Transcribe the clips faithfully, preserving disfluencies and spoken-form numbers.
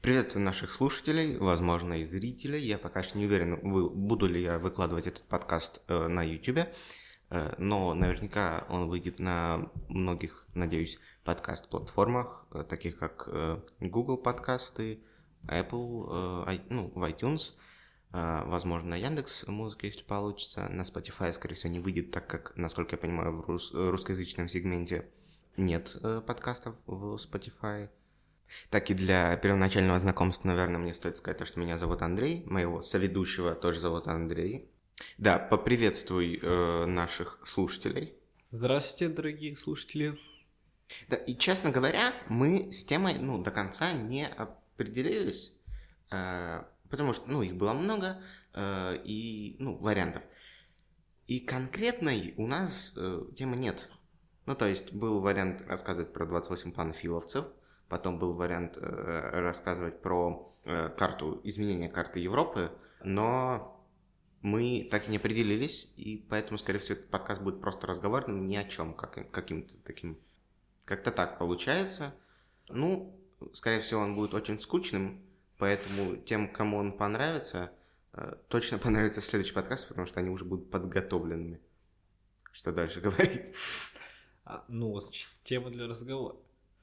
Приветствую наших слушателей, возможно, и зрителей. Я пока что не уверен, буду ли я выкладывать этот подкаст э, на YouTube, э, но наверняка он выйдет на многих, надеюсь, подкаст-платформах, э, таких как э, Google подкасты, Apple, э, ну, в iTunes, э, возможно, Яндекс.Музыка, если получится. На Spotify, скорее всего, не выйдет, так как, насколько я понимаю, в рус- русскоязычном сегменте нет э, подкастов в Spotify. Так и для первоначального знакомства, наверное, мне стоит сказать, что меня зовут Андрей, моего соведущего тоже зовут Андрей. Да, поприветствуй э, наших слушателей. Здравствуйте, дорогие слушатели. Да, и, честно говоря, мы с темой, ну, до конца не определились, э, потому что, ну, их было много, э, и, ну, вариантов. И конкретной у нас э, темы нет. Ну, то есть, был вариант рассказывать про двадцать восемь панфиловцев, потом был вариант э, рассказывать про э, карту, изменение карты Европы, но мы так и не определились, и поэтому, скорее всего, этот подкаст будет просто разговорным ни о чем, как, каким-то таким. Как-то так получается. Ну, скорее всего, он будет очень скучным, поэтому тем, кому он понравится, э, точно понравится следующий подкаст, потому что они уже будут подготовленными. Что дальше говорить? А, ну, значит, тема для разговора.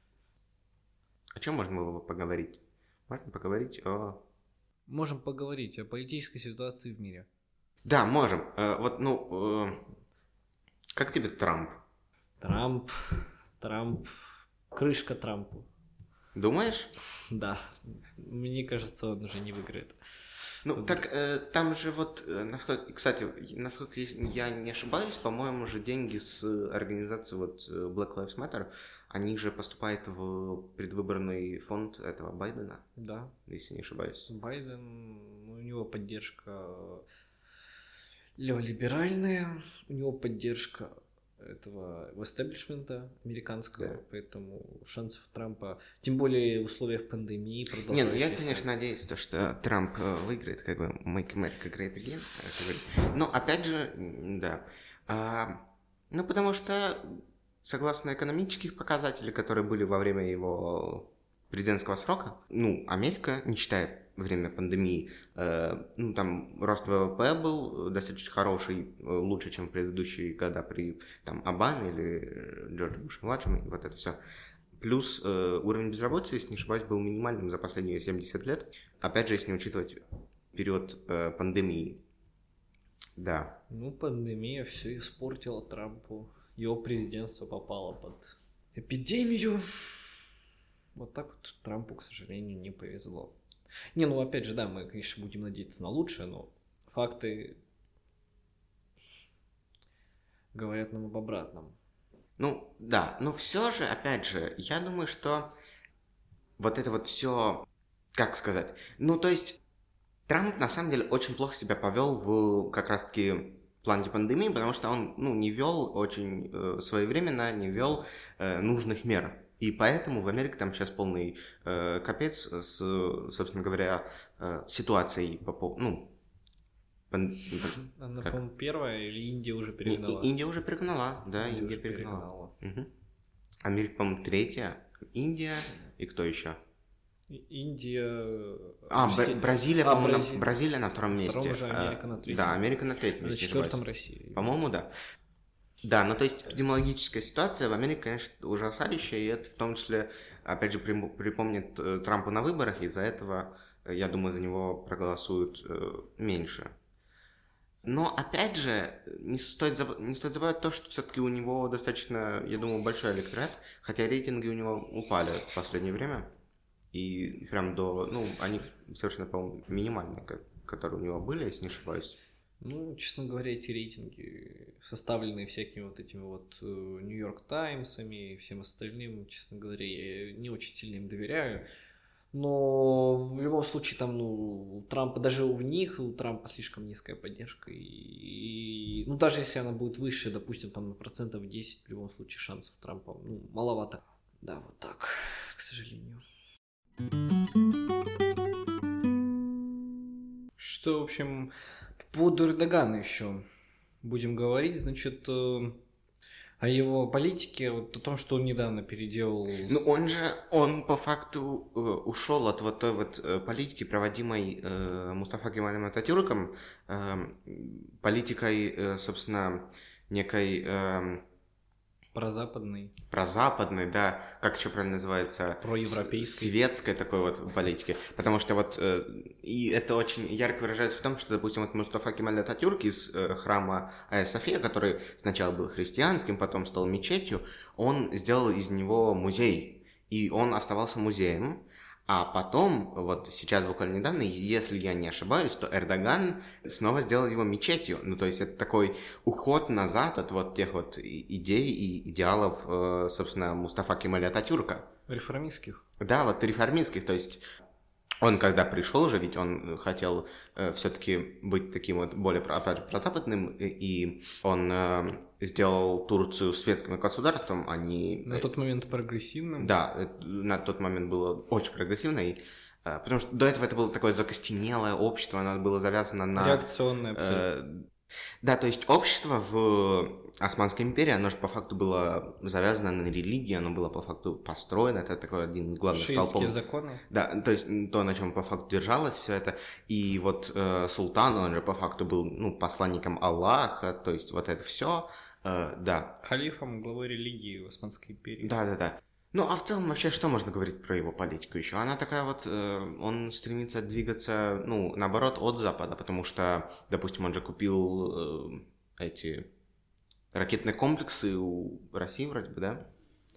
О чем можно было бы поговорить? Можно поговорить о... Можем поговорить о политической ситуации в мире. Да, можем. Э, вот, ну, э, как тебе Трамп? Трамп, Трамп, крышка Трампу. Думаешь? Да, мне кажется, он уже не выиграет. Ну, Тут... так э, там же вот, э, насколько, кстати, насколько я не ошибаюсь, по-моему, же деньги с организации вот Black Lives Matter, они же поступают в предвыборный фонд этого Байдена. Да. Если не ошибаюсь. Байден, у него поддержка леволиберальная, у него поддержка этого эстеблишмента американского, да. Поэтому шансов Трампа, тем более в условиях пандемии, продолжающейся... Нет, я, конечно, надеюсь, что Трамп выиграет, как бы Make America Great Again. Но, опять же, да. А, ну, потому что, согласно экономических показателей, которые были во время его президентского срока, ну, Америка, не считая время пандемии, э, ну, там рост ВВП был достаточно хороший, лучше, чем в предыдущие года при там, Обаме или Джорджи Буше-младшем, и вот это все. Плюс э, уровень безработицы, если не ошибаюсь, был минимальным за последние семьдесят лет. Опять же, если не учитывать период э, пандемии. Да. Ну, пандемия все испортила Трампу. Его президентство попало под эпидемию. Вот так вот Трампу, к сожалению, не повезло. Не, ну опять же, да, мы, конечно, будем надеяться на лучшее, но факты говорят нам об обратном. Ну, да, но все же, опять же, я думаю, что вот это вот все, как сказать, ну, то есть, Трамп, на самом деле, очень плохо себя повел в, как раз-таки, плане пандемии, потому что он, ну, не вел очень э, своевременно, не вел э, нужных мер. И поэтому в Америке там сейчас полный э, капец с, собственно говоря, э, ситуацией по поводу, ну, Пан... Она, по-моему, первая или Индия уже перегнала? И, Индия уже перегнала, да, Индия, Индия перегнала. перегнала. Угу. Америка, по-моему, третья, Индия и кто еще? Индия... А, Бра- Бразилия, а, по-моему, Бразилия. На... Бразилия на втором месте. Втором же Америка на третьем. Да, Америка на третьем месте. На четвертом Россия. По-моему, да. Да, ну то есть эпидемиологическая ситуация в Америке, конечно, ужасающая, и это в том числе, опять же, припомнит Трампа на выборах, и из-за этого, я думаю, за него проголосуют э, меньше. Но, опять же, не стоит, заб... не стоит забывать то, что все-таки у него достаточно, я думаю, большой электорат, хотя рейтинги у него упали в последнее время, и прям до, ну, они совершенно, по-моему, минимальные, которые у него были, если не ошибаюсь. Ну, честно говоря, эти рейтинги, составленные всякими вот этими вот Нью-Йорк Таймсами и всем остальным, честно говоря, я не очень сильно им доверяю. Но в любом случае там, ну, у Трампа, даже в них у Трампа слишком низкая поддержка. И, и ну, даже если она будет выше, допустим, там на процентов десять, в любом случае шансов Трампа, ну, маловато. Да, вот так, к сожалению. Что, в общем, по поводу Эрдогана еще будем говорить. Значит, А его политике, вот о том, что он недавно переделал... Ну, он же, он по факту э, ушел от вот той вот э, политики, проводимой э, Мустафа Кемалем Ататюрком, э, политикой, э, собственно, некой... Э, Прозападный. Прозападной, да, как еще правильно называется? Проевропейской. Светской такой вот политики. Потому что вот, э, и это очень ярко выражается в том, что, допустим, вот Мустафа Кемаль Ататюрк из э, храма Айя София, который сначала был христианским, потом стал мечетью, он сделал из него музей. И он оставался музеем. А потом, вот сейчас буквально недавно, если я не ошибаюсь, то Эрдоган снова сделал его мечетью. Ну, то есть это такой уход назад от вот тех вот идей и идеалов, собственно, Мустафа Кемаля Ататюрка. Реформистских. Да, вот реформистских, то есть... Он когда пришел же, ведь он хотел э, все-таки быть таким вот более, опять же, прозападным, и он э, сделал Турцию светским государством, а не... На тот момент прогрессивным. Да, на тот момент было очень прогрессивно, и, э, потому что до этого это было такое закостенелое общество, оно было завязано на... Реакционное абсолютно. Э, да, то есть общество в Османской империи, оно же по факту было завязано на религии, оно было по факту построено, это такой один главный столпом. Шиитские законы. Да, то есть то, на чем по факту держалось все это. И вот э, султан, он же по факту был, ну, посланником Аллаха, то есть вот это все, э, да. Халифом, главой религии в Османской империи. Да, да, да. Ну, а в целом вообще что можно говорить про его политику еще? Она такая вот, э, он стремится двигаться, ну, наоборот, от Запада, потому что, допустим, он же купил э, эти ракетные комплексы у России вроде бы, да?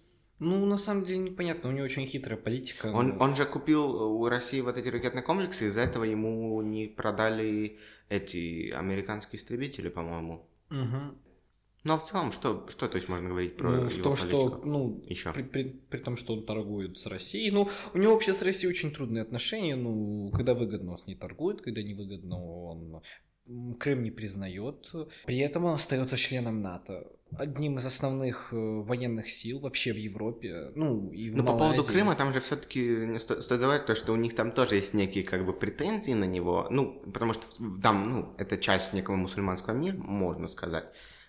Ну, на самом деле непонятно, у него очень хитрая политика. Он, но... он же купил у России вот эти ракетные комплексы, из-за этого ему не продали эти американские истребители, по-моему. Угу. Но в целом, что, что то есть можно говорить про ну, его в том, политику? что, ну, еще? При, при, при том, что он торгует с Россией, ну, у него вообще с Россией очень трудные отношения, ну, когда выгодно он с ней торгует, когда невыгодно он Крым не признает, при этом он остается членом НАТО, одним из основных военных сил вообще в Европе, ну и в Ну, по Малайзии. поводу Крыма, там же все-таки сто, стоит добавить то, что у них там тоже есть некие как бы претензии на него, ну, потому что там, ну, это часть некого мусульманского мира, можно сказать,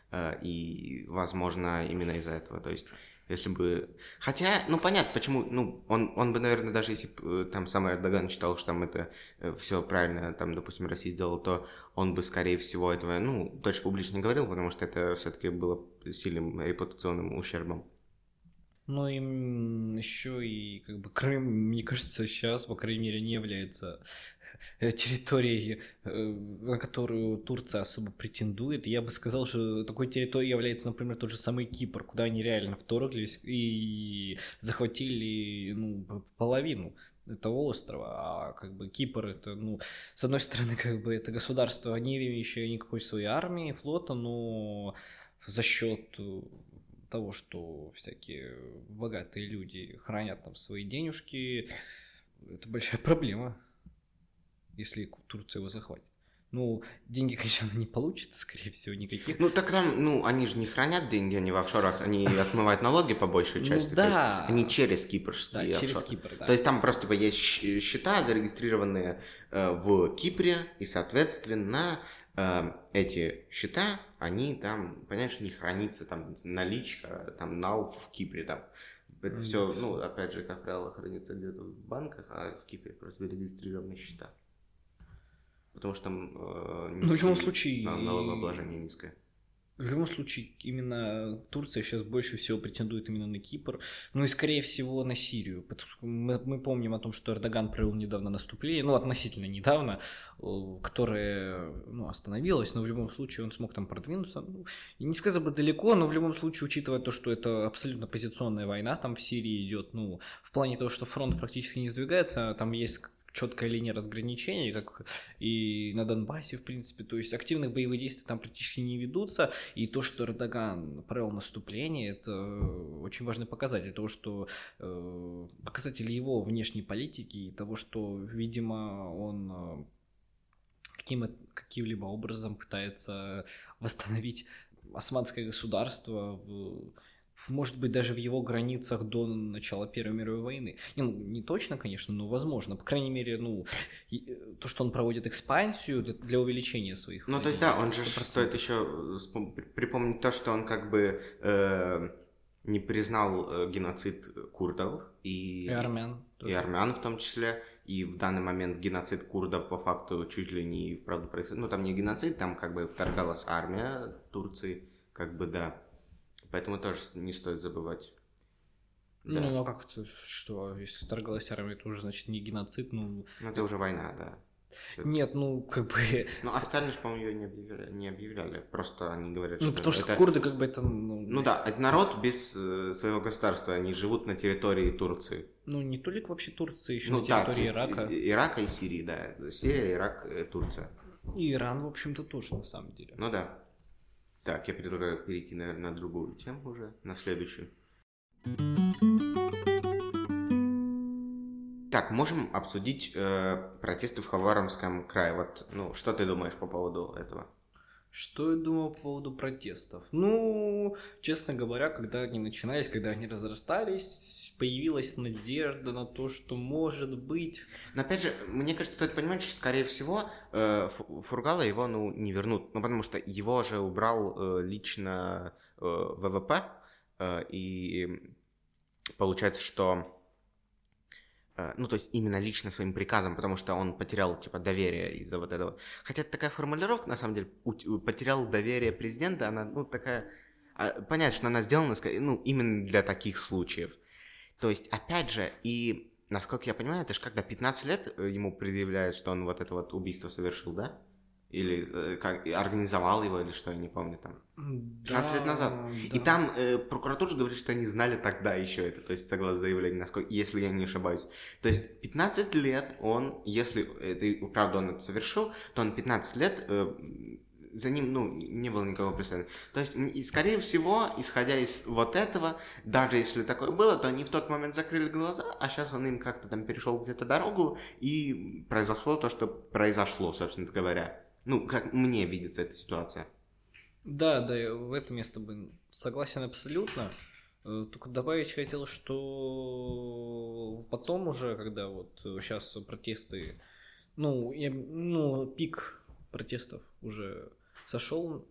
и, возможно, именно из-за этого, то есть... Если бы... Хотя, ну, понятно, почему... Ну, он, он бы, наверное, даже если бы там сам Эрдоган считал, что там это все правильно, там, допустим, Россия сделала, то он бы, скорее всего, этого, ну, точно публично не говорил, потому что это все-таки было сильным репутационным ущербом. Ну, и еще и, как бы, Крым, мне кажется, сейчас, по крайней мере, не является территорией, на которую Турция особо претендует. Я бы сказал, что такой территорией является, например, тот же самый Кипр, куда они реально вторглись и захватили, ну, половину этого острова. А как бы Кипр это, ну, с одной стороны, как бы это государство, не имеющее никакой своей армии, флота, но за счет того, что всякие богатые люди хранят там свои денежки, это большая проблема, если Турция его захватит. Ну, деньги, конечно, не получится, скорее всего, никаких. Ну, так там, ну, они же не хранят деньги, они в офшорах, они отмывают налоги по большей части. Ну, да. То есть они через кипрские да, офшоры. через Кипр, да. То есть там просто типа, есть счета, зарегистрированные э, в Кипре, и, соответственно, э, эти счета, они там, понимаешь, не хранится там наличка, там нал в Кипре, там. Это все, ну, опять же, как правило, хранится где-то в банках, а в Кипре просто зарегистрированные счета. Потому что там э, низкий, ну, в любом случае, налогообложение низкое. В любом случае, именно Турция сейчас больше всего претендует именно на Кипр, ну и, скорее всего, на Сирию. Потому что мы, мы помним о том, что Эрдоган провел недавно наступление, ну, относительно недавно, которое, ну, остановилось, но в любом случае он смог там продвинуться. Ну, не сказал бы далеко, но в любом случае, учитывая то, что это абсолютно позиционная война там в Сирии идет, ну, в плане того, что фронт практически не сдвигается, там есть четкая линия разграничения, как и на Донбассе, в принципе, то есть активных боевых действий там практически не ведутся, и то, что Эрдоган провел наступление, это очень важный показатель того, что э, показатель его внешней политики и того, что, видимо, он каким, каким-либо образом пытается восстановить османское государство в может быть, даже в его границах до начала Первой мировой войны. Не, ну, не точно, конечно, но возможно. По крайней мере, ну, то, что он проводит экспансию для, для увеличения своих Ну, владений. то есть, да, он же сто процентов. стоит еще припомнить то, что он как бы э, не признал э, геноцид курдов и, и армян. И тоже. армян в том числе. И в данный момент геноцид курдов по факту чуть ли не и вправду происходит. Ну, там не геноцид, там как бы вторгалась армия Турции, как бы, да. Поэтому тоже не стоит забывать. Ну, да. ну как это, что, если вторгалась армия, это уже, значит, не геноцид, ну... Ну, это уже война, да. Нет, ну, как бы... Ну, официально же, по-моему, ее не объявляли, не объявляли. Просто они говорят, ну, что... Ну, потому что это... курды, как бы, это... Ну, ну да, это народ без э, своего государства. Они живут на территории Турции. Ну, не только вообще Турции, еще ну, на территории да, Ирака. Ирака и Сирии, да. Сирия, Ирак, э, Турция. И Иран, в общем-то, тоже, на самом деле. Ну да. Так, я предлагаю перейти, наверное, на другую тему уже, на следующую. Так, можем обсудить э, протесты в Хабаровском крае. Вот, ну, что ты думаешь по поводу этого? Что я думаю по поводу протестов? Ну, честно говоря, когда они начинались, когда они разрастались, появилась надежда на то, что может быть... Но опять же, мне кажется, стоит понимать, что, скорее всего, э, Фургала его, ну, не вернут. Ну, потому что его же убрал э, лично э, ВВП, э, и получается, что... Ну, то есть именно лично своим приказом, потому что он потерял, типа, доверие из-за вот этого. Хотя такая формулировка, на самом деле, потерял доверие президента, она, ну, такая... Понятно, что она сделана, ну, именно для таких случаев. То есть, опять же, и, насколько я понимаю, это же когда пятнадцать лет ему предъявляют, что он вот это вот убийство совершил, да? Или э, как, организовал его, или что, я не помню, там, пятнадцать да, лет назад. Да. И там э, прокуратура же говорит, что они знали тогда еще это, то есть, согласно заявлению, насколько, если я не ошибаюсь. То есть, пятнадцать лет он, если это, правда, он это совершил, то он пятнадцать лет, э, за ним, ну, не было никакого преследования. То есть, и, скорее всего, исходя из вот этого, даже если такое было, то они в тот момент закрыли глаза, а сейчас он им как-то там перешел где-то дорогу, и произошло то, что произошло, собственно говоря. Ну, как мне видится эта ситуация. Да, да, в этом я с тобой согласен абсолютно. Только добавить хотел, что потом уже, когда вот сейчас протесты, ну, я, ну, пик протестов уже сошел,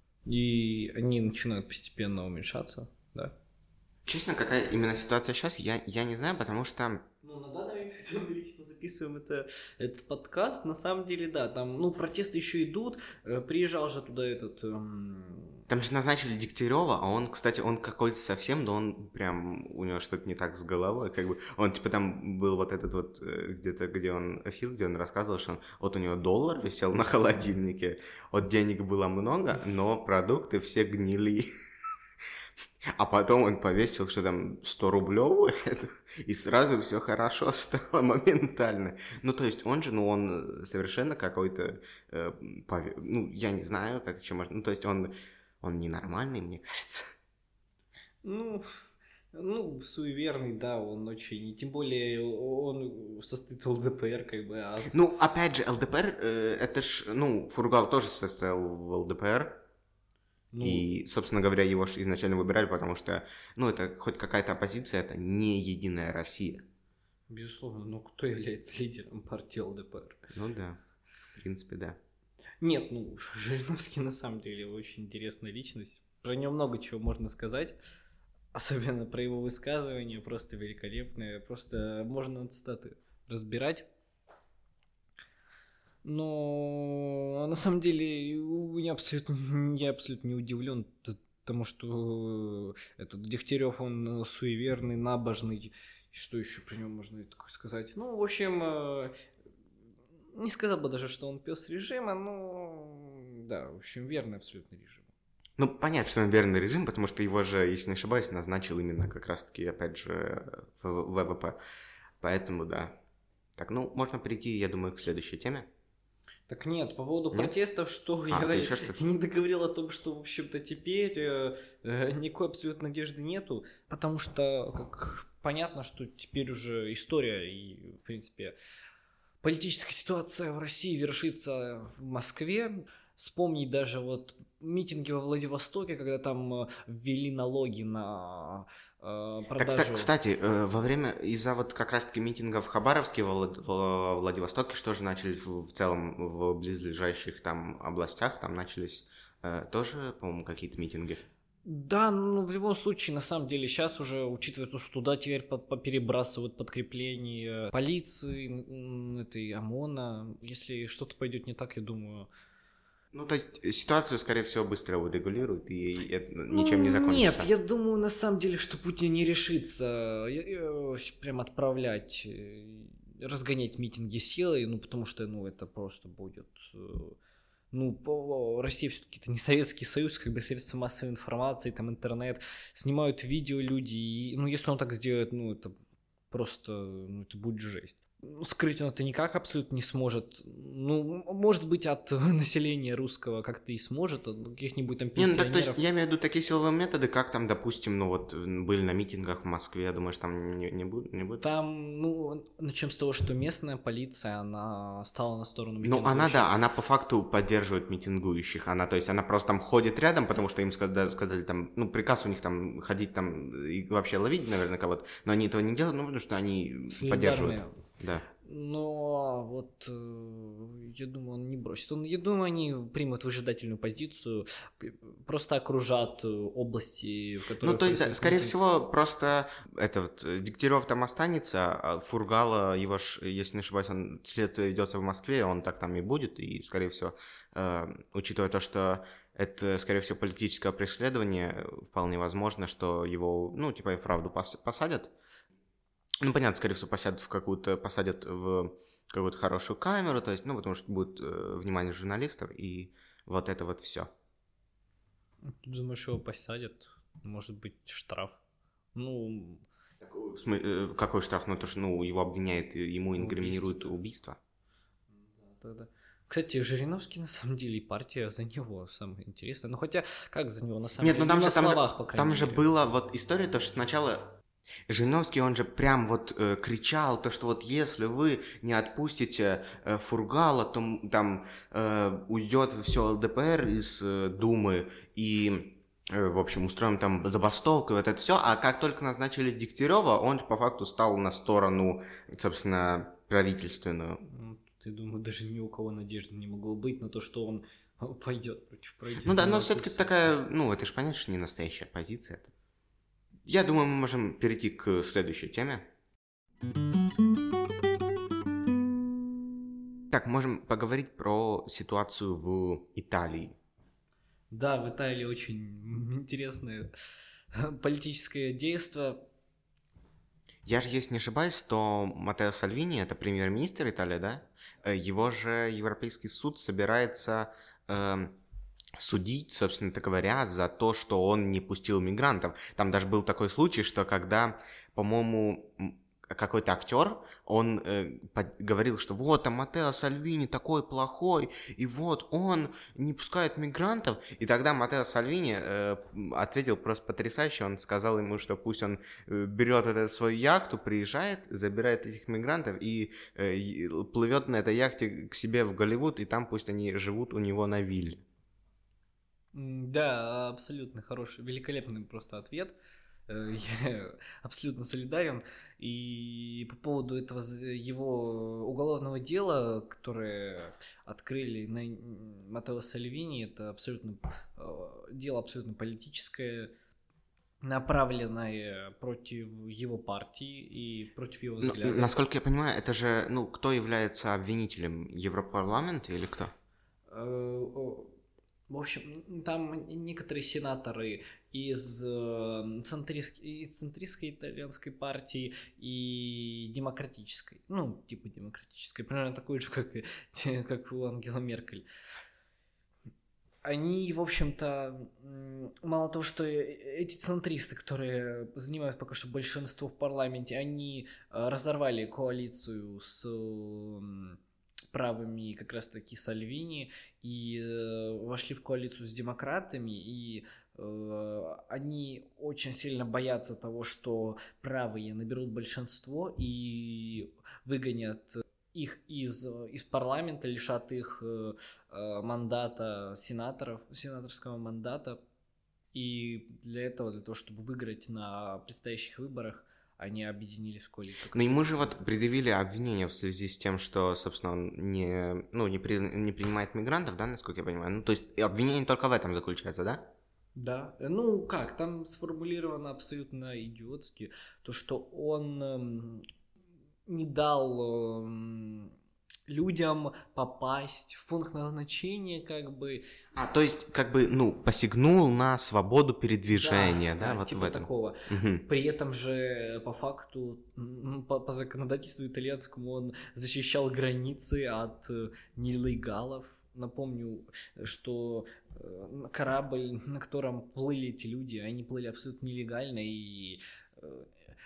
и они начинают постепенно уменьшаться, да. Честно, какая именно ситуация сейчас, я, я не знаю, потому что... Ну, на данный момент мы лично записываем это, этот подкаст, на самом деле, да, там, ну, протесты еще идут, приезжал же туда этот... Эм... Там же назначили Дегтярева, а он, кстати, он какой-то совсем, да он прям, у него что-то не так с головой, как бы, он, типа, там был вот этот вот, где-то, где он, эфир, где он рассказывал, что он, вот у него доллар висел на холодильнике, вот денег было много, но продукты все гнили. А потом он повесил, что там сто рублевую, и сразу все хорошо стало моментально. Ну, то есть он же, ну, он совершенно какой-то, э, пове... ну, я не знаю, как еще можно, ну, то есть он, он ненормальный, мне кажется. Ну, ну, суеверный, да, он очень, тем более он состоит в ЛДПР, как бы. А... Ну, опять же, ЛДПР, э, это ж, ну, Фургал тоже состоял в ЛДПР. Ну, и, собственно говоря, его же изначально выбирали, потому что, ну, это хоть какая-то оппозиция, это не Единая Россия. Безусловно, но кто является лидером партии ЛДПР? Ну да, в принципе, да. Нет, ну, Жириновский на самом деле очень интересная личность. Про него много чего можно сказать. Особенно про его высказывания, просто великолепные. Просто можно цитаты разбирать. Но на самом деле я абсолютно, я абсолютно не удивлен тому, что этот Дегтярев, он суеверный, набожный. Что еще про него можно такое сказать? Ну, в общем, не сказал бы даже, что он пес режима, но да, в общем, верный абсолютно режим. Ну, понятно, что он верный режим, потому что его же, если не ошибаюсь, назначил именно как раз-таки, опять же, в ВВП. Поэтому, да. Так, ну, можно перейти, я думаю, к следующей теме. Так нет, по поводу нет? протестов, что а, я, я не договорил о том, что, в общем-то, теперь э, никакой абсолютно надежды нету, потому что, как понятно, что теперь уже история и, в принципе, политическая ситуация в России вершится в Москве. Вспомнить даже вот митинги во Владивостоке, когда там ввели налоги на э, продажу... Так, кстати, во время, из-за вот как раз-таки митингов в Хабаровске, во Владивостоке, что же начали в, в целом в близлежащих там областях, там начались э, тоже, по-моему, какие-то митинги. Да, ну в любом случае, на самом деле, сейчас уже, учитывая то, что туда теперь перебрасывают подкрепление полиции, этой ОМОНа, если что-то пойдет не так, я думаю... Ну, то есть ситуацию, скорее всего, быстро урегулируют, и это ну, ничем не закончится. Нет, я думаю, на самом деле, что Путин не решится прям отправлять, разгонять митинги силой, ну, потому что, ну, это просто будет... Ну, Россия все-таки это не Советский Союз, как бы средства массовой информации, там интернет, снимают видео люди, и, ну, если он так сделает, ну, это просто, ну, это будет жесть. Скрыть он это никак абсолютно не сможет. Ну, может быть, от населения русского как-то и сможет, от каких-нибудь там пенсионеров. Не, ну так, то есть, я имею в виду такие силовые методы, как там, допустим, ну вот, были на митингах в Москве, я думаю, что там не, не, будет, не будет? Там, ну, начнем с того, что местная полиция, она стала на сторону митингующих. Ну, она, да, она по факту поддерживает митингующих, она, то есть, она просто там ходит рядом, потому что им сказали, сказали там, ну, приказ у них там ходить там и вообще ловить, наверное, кого-то, но они этого не делают, ну, потому что они поддерживают. Да. Но вот э, я думаю, он не бросит. Он, я думаю, они примут выжидательную позицию, просто окружат области, в которых... Ну, то есть, да, скорее всего, просто этот Дегтярев там останется, а Фургала, его, если не ошибаюсь, он следствие ведется в Москве, он так там и будет, и, скорее всего, э, учитывая то, что это, скорее всего, политическое преследование, вполне возможно, что его, ну, типа, и вправду посадят. Ну, понятно, скорее всего, посадят в какую-то, посадят в какую-то хорошую камеру, то есть, ну, потому что будет э, внимание журналистов, и вот это вот все. Ты думаешь, его посадят? Может быть, штраф? Ну... В смысле, какой штраф? Ну, то, что, ну, его обвиняют, ему инкриминируют убийство. Да, да. Кстати, Жириновский, на самом деле, и партия за него самое интересное. Ну, хотя, как за него, на самом Нет, деле, ну, там на же, там словах, же, по крайней там мере. же была вот история, то, что сначала Жириновский, он же прям вот э, кричал, то, что вот если вы не отпустите э, Фургала, то там э, уйдет все ЛДПР из э, Думы, и, э, в общем, устроим там забастовку, и вот это все. А как только назначили Дегтярева, он по факту стал на сторону, собственно, правительственную. Ну, я думаю, даже ни у кого надежды не могло быть на то, что он пойдет против правительства. Ну да, но все-таки такая, ну, это же понятно, что не настоящая позиция. Я думаю, мы можем перейти к следующей теме. Так, можем поговорить про ситуацию в Италии. Да, в Италии очень интересное политическое действие. Я же, если не ошибаюсь, то Маттео Сальвини, это премьер-министр Италии, да? Его же Европейский суд собирается... Э, судить, собственно говоря, за то, что он не пустил мигрантов. Там даже был такой случай, что когда, по-моему, какой-то актер, он э, под, говорил, что вот, там Маттео Сальвини такой плохой, и вот он не пускает мигрантов. И тогда Маттео Сальвини э, ответил просто потрясающе, он сказал ему, что пусть он э, берет эту свою яхту, приезжает, забирает этих мигрантов и э, плывет на этой яхте к себе в Голливуд, и там пусть они живут у него на вилле. Да, абсолютно хороший, великолепный просто ответ. Я абсолютно солидарен. И по поводу этого его уголовного дела, которое открыли на Маттео Сальвини, это абсолютно дело абсолютно политическое, направленное против его партии и против его взглядов. Насколько я понимаю, это же, ну, кто является обвинителем? Европарламент или кто? В общем, там некоторые сенаторы из, э, центристской, из центристской итальянской партии и демократической, ну, типа демократической, примерно такой же, как, как у Ангела Меркель. Они, в общем-то, мало того, что эти центристы, которые занимают пока что большинство в парламенте, они разорвали коалицию с правыми как раз-таки Сальвини и э, вошли в коалицию с демократами, и э, они очень сильно боятся того, что правые наберут большинство и выгонят их из, из парламента, лишат их э, мандата сенаторов, сенаторского мандата. И для этого, для того, чтобы выиграть на предстоящих выборах, они объединились в коалицию. Ну, ему же вот предъявили обвинения в связи с тем, что, собственно, он не, ну, не, при, не принимает мигрантов, да, насколько я понимаю? Ну, то есть обвинение только в этом заключается, да? Да. Ну, как, там сформулировано абсолютно идиотски, то, что он эм, не дал эм, людям попасть в пункт назначения, как бы. А, то есть, как бы, ну, посягнул на свободу передвижения, да, да, да вот типа в этом. такого. Угу. При этом же, по факту, по, по законодательству итальянскому он защищал границы от э, нелегалов. Напомню, что э, корабль, на котором плыли эти люди, они плыли абсолютно нелегально и э,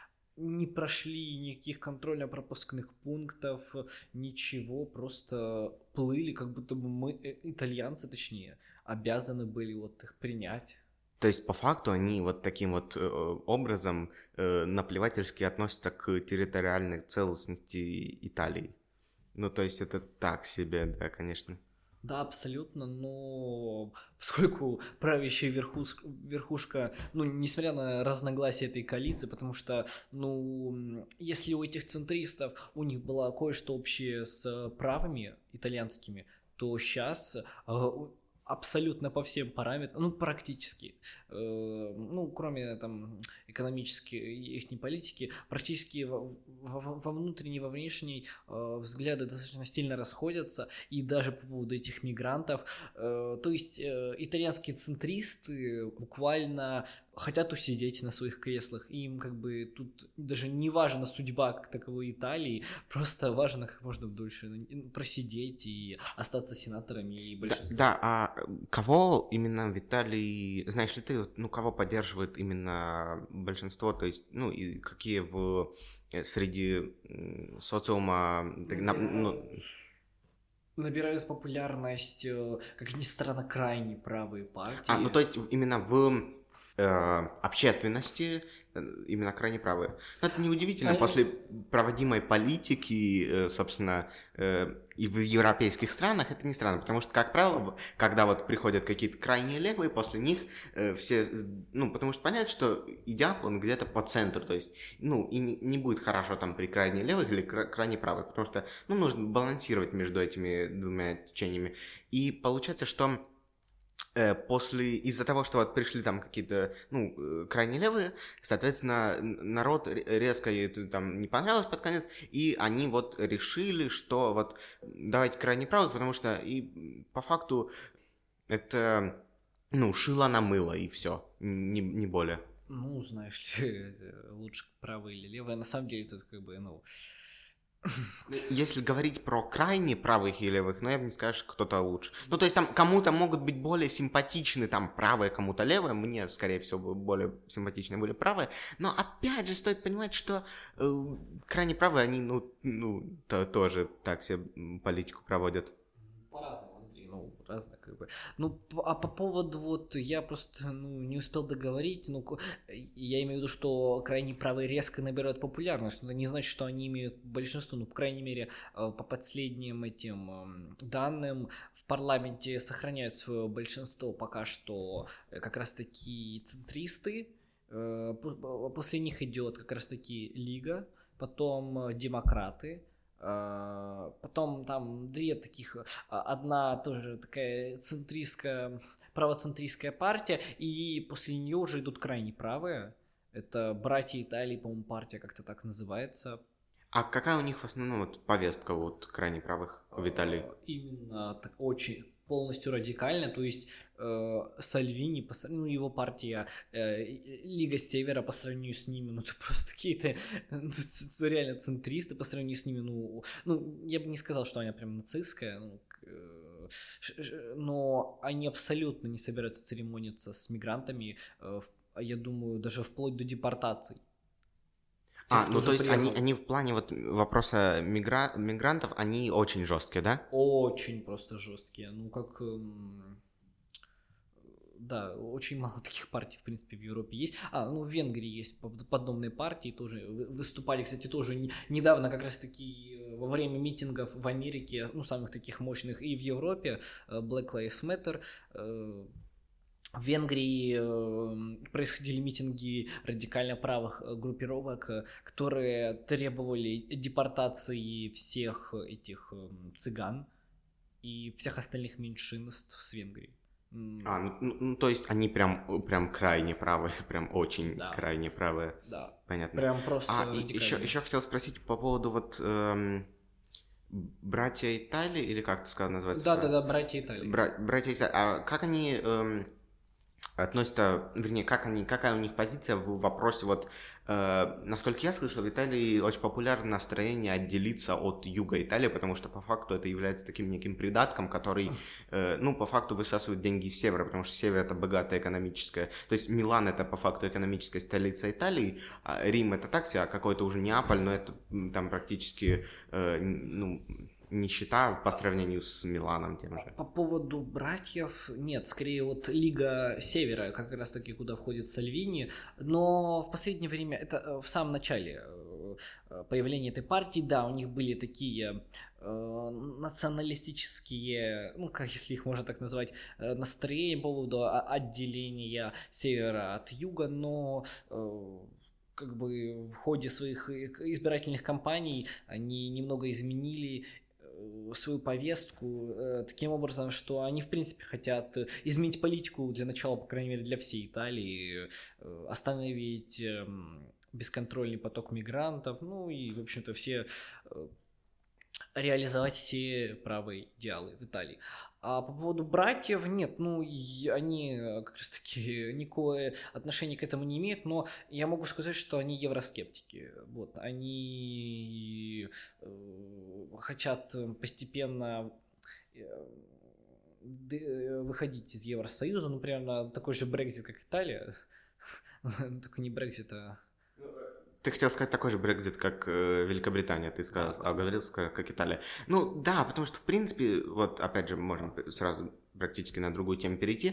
не прошли никаких контрольно-пропускных пунктов, ничего, просто плыли, как будто бы мы, итальянцы точнее, обязаны были вот их принять. То есть, по факту, они вот таким вот э, образом э, наплевательски относятся к территориальной целостности Италии. Ну, то есть, это так себе, да, конечно. Да, абсолютно, но поскольку правящая верхушка, верхушка, ну, несмотря на разногласия этой коалиции, потому что, ну, если у этих центристов, у них было кое-что общее с правыми итальянскими, то сейчас абсолютно по всем параметрам, ну, практически, э, ну, кроме там экономической их политики, практически во, во, во внутренней, во внешней э, взгляды достаточно сильно расходятся, и даже по поводу этих мигрантов, э, то есть э, итальянские центристы буквально хотят усидеть на своих креслах, и им как бы тут даже не важна судьба как таковой Италии, просто важно как можно дольше просидеть и остаться сенаторами и большинством. Да, да, а кого именно в Италии, знаешь ли ты, ну, кого поддерживает именно большинство, то есть, ну, и какие в среди социума, Набирают, ну, набирают популярность, как ни странно, крайне правые партии. А, ну, то есть именно в э, общественности именно крайне правые. Но это неудивительно, а, после проводимой политики, э, собственно, э, и в европейских странах это не странно, потому что, как правило, когда вот приходят какие-то крайне левые, после них э, все, ну, потому что понятно, что идеал, он где-то по центру, то есть, ну, и не, не будет хорошо там при крайне левых или кра- крайне правых, потому что, ну, нужно балансировать между этими двумя течениями. И получается, что после, из-за того, что вот пришли там какие-то, ну, крайне левые, соответственно, народ резко это там не понравилось под конец, и они вот решили, что вот давайте крайне правых, потому что и по факту это, ну, шило на мыло, и все, не, не более. Ну, знаешь ли, лучше правые или левые, на самом деле это как бы, ну... Если говорить про крайне правых и левых, ну, я бы не сказал, что кто-то лучше. Ну, то есть там кому-то могут быть более симпатичны там правые, кому-то левые. Мне, скорее всего, более симпатичны были правые. Но, опять же, стоит понимать, что э, крайне правые, они, ну, ну то, тоже так себе политику проводят. По-разному, Андрей, ну, разно как бы. Ну, а по поводу вот, я просто, ну, не успел договорить, ну, я имею в виду, что крайне правые резко набирают популярность, но это не значит, что они имеют большинство, ну, по крайней мере, по последним этим данным, в парламенте сохраняют свое большинство пока что как раз-таки центристы, после них идет как раз-таки Лига, потом демократы, потом там две таких, одна тоже такая центристская, правоцентристская партия, и после нее уже идут крайне правые. Это «Братья Италии», по-моему, партия как-то так называется. А какая у них в основном вот повестка вот крайне правых в Италии? Именно так очень полностью радикально, то есть э, Сальвини, ну, его партия э, Лига Севера по сравнению с ними, ну, это просто какие-то ну, реально центристы по сравнению с ними, ну, ну, я бы не сказал, что она прям нацистская, ну, э, но они абсолютно не собираются церемониться с мигрантами, э, я думаю, даже вплоть до депортаций. Тех, а, ну то есть они, они в плане вот вопроса мигра... мигрантов, они очень жесткие, да? Очень просто жесткие. Ну как... Эм... Да, очень мало таких партий, в принципе, в Европе есть. А, ну, в Венгрии есть подобные партии, тоже выступали, кстати, тоже не, недавно как раз-таки во время митингов в Америке, ну, самых таких мощных, и в Европе, Black Lives Matter. В Венгрии происходили митинги радикально правых группировок, которые требовали депортации всех этих цыган и всех остальных меньшинств с Венгрии. А, ну, ну, ну то есть они прям, прям крайне правые, прям очень да. крайне правые. Да. Понятно. Прям просто. А, и еще, еще хотел спросить по поводу вот эм, братья Италии, или как это сказал называется? Да, да, да, братья Италии. Бра- братья Италии. А как они эм, относятся, вернее, как они, какая у них позиция в вопросе, вот, э, насколько я слышал, в Италии очень популярно настроение отделиться от юга Италии, потому что по факту это является таким неким придатком, который, э, ну, по факту высасывает деньги из севера, потому что север это богатая экономическая, то есть Милан это по факту экономическая столица Италии, а Рим это так себе, а какой-то уже Неаполь, но это там практически, э, ну, нищета по сравнению с Миланом тем же. По поводу братьев, нет, скорее вот Лига Севера, как раз таки, куда входит Сальвини, но в последнее время, это в самом начале появления этой партии, да, у них были такие э, националистические, ну, как если их можно так назвать, э, настроения по поводу отделения Севера от Юга, но... Э, как бы в ходе своих избирательных кампаний они немного изменили свою повестку э, таким образом, что они, в принципе, хотят изменить политику для начала, по крайней мере, для всей Италии, э, остановить э, бесконтрольный поток мигрантов, ну и, в общем-то, все э, реализовать все правые идеалы в Италии. А по поводу братьев, нет, ну, они как раз таки никакое отношение к этому не имеют, но я могу сказать, что они евроскептики. Вот, они э, хотят постепенно э, выходить из Евросоюза, ну, примерно такой же Брексит, как Италия, только не Брексит, а... Ты хотел сказать такой же Брексит, как э, Великобритания, ты сказал, да, а говорил, как Италия. Ну да, потому что в принципе, вот опять же, можем сразу практически на другую тему перейти.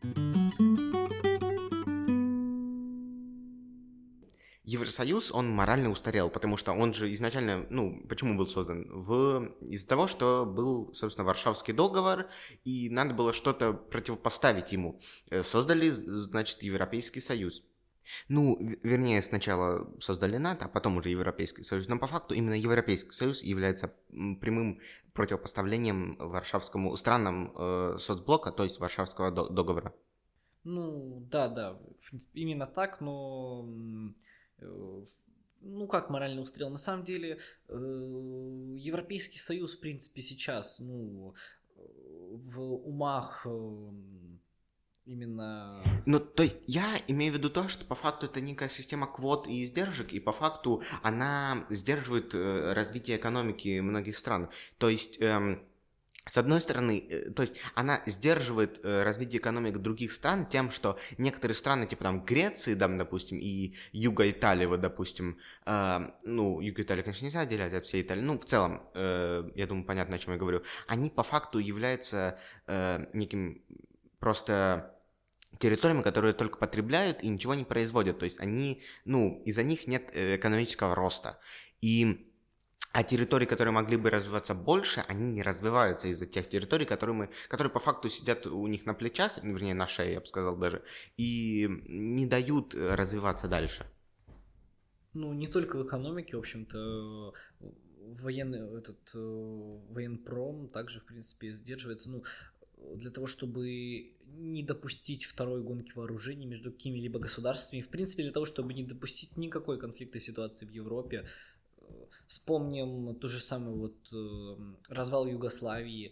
Евросоюз, он морально устарел, потому что он же изначально, ну, почему был создан? В... Из-за того, что был, собственно, Варшавский договор, и надо было что-то противопоставить ему. Создали, значит, Европейский Союз. Ну, вернее, сначала создали НАТО, а потом уже Европейский Союз. Но по факту именно Европейский Союз является прямым противопоставлением Варшавскому странам э, соцблока, то есть Варшавского до- договора. Ну, да, да, в принципе, именно так, но... Э, ну, как морально устарел? На самом деле, э, Европейский Союз, в принципе, сейчас, ну, в умах... Э, Именно... Ну, то есть я имею в виду то, что по факту это некая система квот и издержек, и по факту она сдерживает э, развитие экономики многих стран. То есть... Эм... С одной стороны, э, то есть она сдерживает э, развитие экономик других стран тем, что некоторые страны, типа там Греции, да, допустим, и Юга Италии, вот, допустим, э, ну, Юга Италии, конечно, нельзя отделять от всей Италии, ну, в целом, э, я думаю, понятно, о чем я говорю, они по факту являются э, неким просто... территориями, которые только потребляют и ничего не производят. То есть они, ну, из-за них нет экономического роста. И а территории, которые могли бы развиваться больше, они не развиваются из-за тех территорий, которые, мы, которые по факту сидят у них на плечах, вернее, на шее, я бы сказал даже, и не дают развиваться дальше. Ну, не только в экономике, в общем-то, военный, этот, военпром также, в принципе, сдерживается, ну, для того, чтобы не допустить второй гонки вооружений между какими-либо государствами, в принципе, для того, чтобы не допустить никакой конфликтной ситуации в Европе. Вспомним то же самое вот развал Югославии.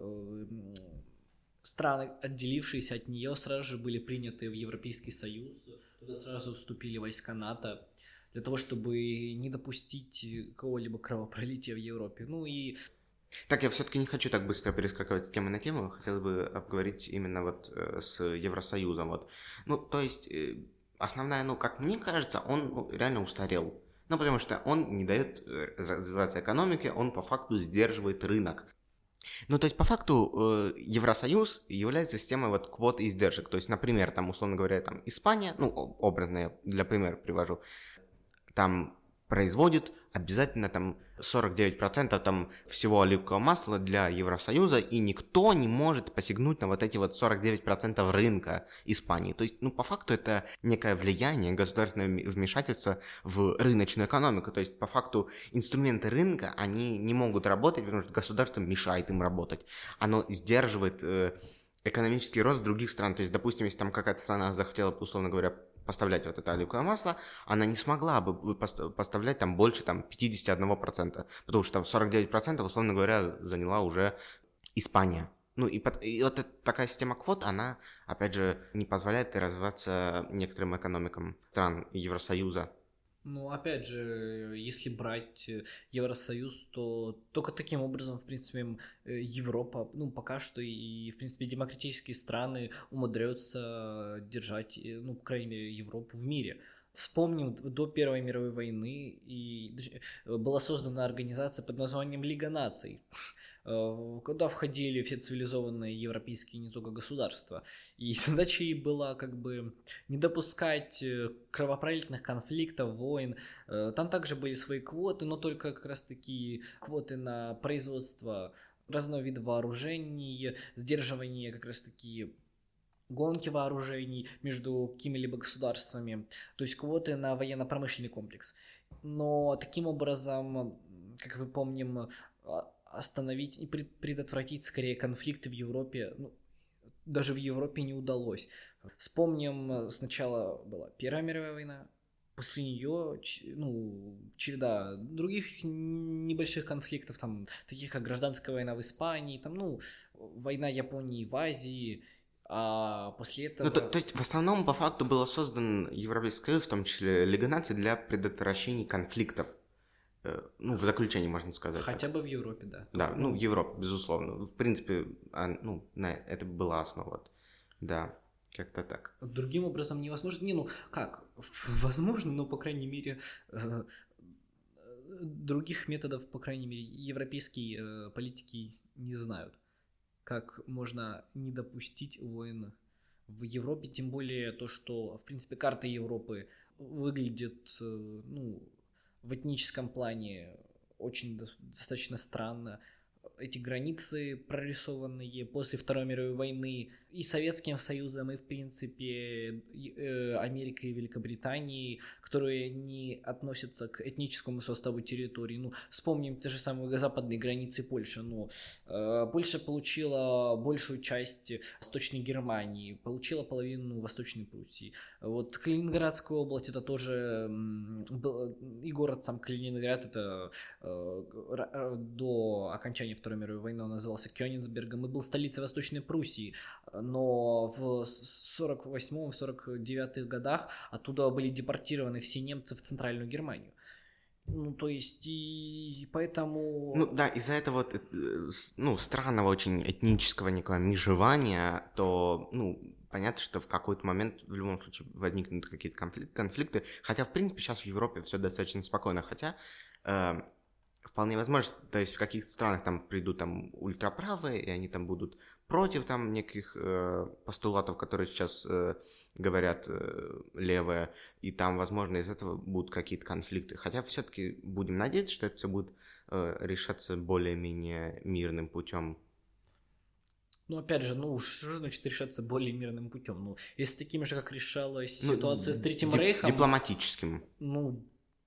Страны, отделившиеся от нее, сразу же были приняты в Европейский Союз. Туда сразу вступили войска НАТО для того, чтобы не допустить какого-либо кровопролития в Европе. Ну и Так, я все-таки не хочу так быстро перескакивать с темы на тему, хотел бы обговорить именно вот э, с Евросоюзом. Вот. Ну, то есть, э, основная, ну, как мне кажется, он ну, реально устарел. Ну, потому что он не дает развиваться экономике, он по факту сдерживает рынок. Ну, то есть, по факту, э, Евросоюз является системой вот квот и издержек. То есть, например, там, условно говоря, там, Испания, ну, о- образно я для примера привожу, там производит обязательно там сорок девять процентов там всего оливкового масла для Евросоюза, и никто не может посягнуть на вот эти вот сорок девять процентов рынка Испании. То есть, ну, по факту это некое влияние, государственное вм- вмешательство в рыночную экономику. То есть, по факту инструменты рынка, они не могут работать, потому что государство мешает им работать. Оно сдерживает э, экономический рост других стран. То есть, допустим, если там какая-то страна захотела, условно говоря, поставлять вот это оливковое масло, она не смогла бы поставлять там больше там пятьдесят один процент, потому что там сорок девять процентов, условно говоря, заняла уже Испания. Ну и, под, и вот эта, такая система квот, она, опять же, не позволяет развиваться некоторым экономикам стран Евросоюза. Ну, опять же, если брать э, Евросоюз, то только таким образом, в принципе, м, э, Европа, ну, пока что и, в принципе, демократические страны умудряются держать, э, ну, по крайней мере, Европу в мире. Вспомним, д- до Первой мировой войны и даже, э, была создана организация под названием Лига наций, э, куда входили все цивилизованные европейские не только государства. И задачей была как бы не допускать э, кровопролитных конфликтов, войн. Э, Там также были свои квоты, но только как раз таки квоты на производство разного вида вооружений, сдерживание как раз таки гонки вооружений между какими-либо государствами, то есть квоты на военно-промышленный комплекс. Но таким образом, как мы помним, а, остановить и предотвратить скорее конфликты в Европе, ну, даже в Европе не удалось. Вспомним, сначала была Первая мировая война, после нее ну, череда других небольших конфликтов, там, таких как гражданская война в Испании, там, ну, война Японии в Азии, а после этого... Ну, то, то есть, в основном, по факту, был создан Европейский Союз, в том числе Лига наций, для предотвращения конфликтов. Э, Ну, в заключении, можно сказать. Хотя так. бы в Европе, да. Да, ну, в Европе, безусловно. В принципе, а, ну, на это была основа. Да, как-то так. Другим образом невозможно. Не, ну как? Возможно, но, по крайней мере, э, других методов, по крайней мере, европейские э, политики не знают. Как можно не допустить войн в Европе, тем более то, что, в принципе, карта Европы выглядит, э, ну, в этническом плане очень достаточно странно. Эти границы, прорисованные после Второй мировой войны и Советским Союзом, и, в принципе, э, Америкой и Великобританией, которые не относятся к этническому составу территории. Ну, вспомним те же самые западные границы Польши. Ну, э, Польша получила большую часть Восточной Германии, получила половину Восточной Пруссии. Вот Калининградская область, это тоже был, и город сам Калининград, это э, до окончания Второй мировой войны он назывался Кёнигсбергом и был столицей Восточной Пруссии. Но в сорок восьмом сорок девятых годах оттуда были депортированы все немцы в Центральную Германию. Ну, то есть, и поэтому... Ну, да, из-за этого, вот, э, с- ну, странного очень этнического некого межевания, то, ну, понятно, что в какой-то момент в любом случае возникнут какие-то конфликты, конфликты. Хотя, в принципе, сейчас в Европе все достаточно спокойно. Хотя, э, вполне возможно, то есть в каких-то странах там придут там ультраправые, и они там будут против там неких э, постулатов, которые сейчас э, говорят э, левые, и там, возможно, из этого будут какие-то конфликты. Хотя все-таки будем надеяться, что это все будет э, решаться более-менее мирным путем. Ну, опять же, ну, что значит решаться более мирным путем? Ну, если таким же, как решалась Ну, ситуация с Третьим дип- Рейхом... Дипломатическим. Ну,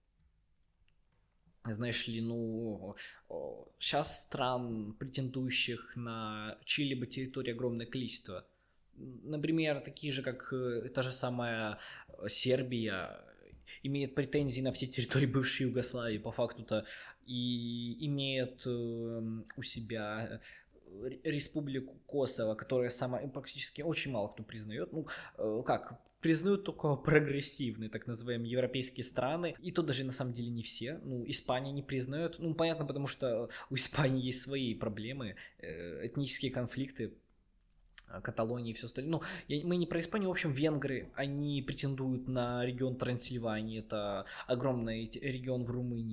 знаешь ли, ну, сейчас стран, претендующих на чьи-либо территории, огромное количество. Например, такие же, как э, та же самая Сербия, имеет претензии на все территории бывшей Югославии, по факту-то, и имеет э, у себя республику Косово, которая сама практически очень мало кто признает. Ну, э, как, признают только прогрессивные, так называемые, европейские страны, и то даже на самом деле не все. Ну, Испания не признает, ну, понятно, потому что у Испании есть свои проблемы, э, этнические конфликты, Каталонии и все остальное. Ну, я, мы не про Испанию, в общем, венгры, они претендуют на регион Трансильвании, это огромный регион в Румынии.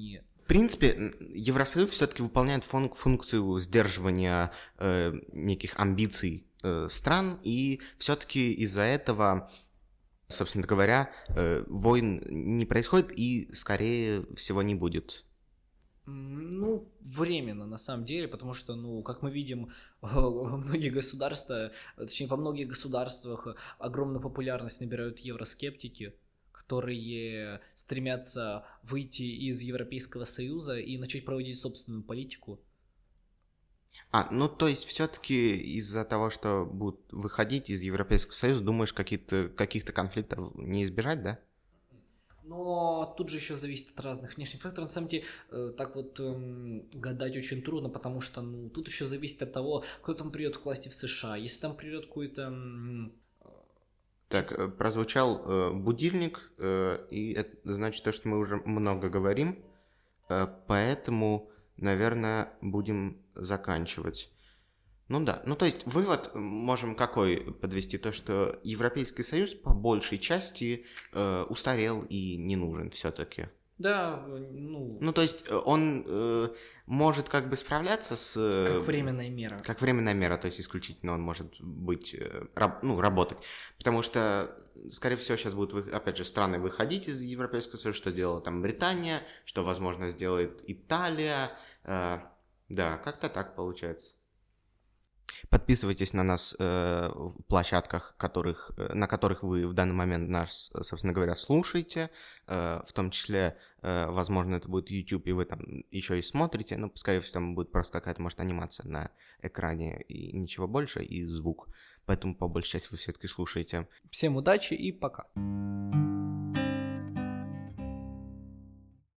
принципе, Евросоюз все-таки выполняет фун- функцию сдерживания э, неких амбиций э, стран, и все-таки из-за этого, собственно говоря, э, войн не происходит и, скорее всего, не будет. Ну, временно, на самом деле, потому что, ну, как мы видим, во многих государствах, точнее, во многих государствах огромную популярность набирают евроскептики, которые стремятся выйти из Европейского Союза и начать проводить собственную политику. А, ну, то есть, все-таки из-за того, что будут выходить из Европейского Союза, думаешь, какие-то, каких-то конфликтов не избежать, да? Но тут же еще зависит от разных внешних факторов. На самом деле, э, так вот эм, гадать очень трудно, потому что ну, тут еще зависит от того, кто там придет к власти в США. Если там придет какой-то... М, Так, э, прозвучал э, будильник, э, и это значит то, что мы уже много говорим, э, поэтому, наверное, будем заканчивать. Ну да, ну то есть вывод можем какой подвести? То, что Европейский Союз по большей части э, устарел и не нужен все-таки. Да, ну... Ну то есть он э, может как бы справляться с... Э, как временная мера. Как временная мера, то есть исключительно он может быть, э, раб, ну, работать. Потому что, скорее всего, сейчас будут, вы, опять же, страны выходить из Европейского Союза, что делала там Британия, что, возможно, сделает Италия. Э, да, как-то так получается. Подписывайтесь на нас э, в площадках, которых, э, на которых вы в данный момент нас, собственно говоря, слушаете. Э, в том числе, э, возможно, это будет YouTube, и вы там еще и смотрите. Но, скорее всего, там будет просто какая-то, может, анимация на экране и ничего больше, и звук. Поэтому, по большей части, вы все-таки слушаете. Всем удачи и пока.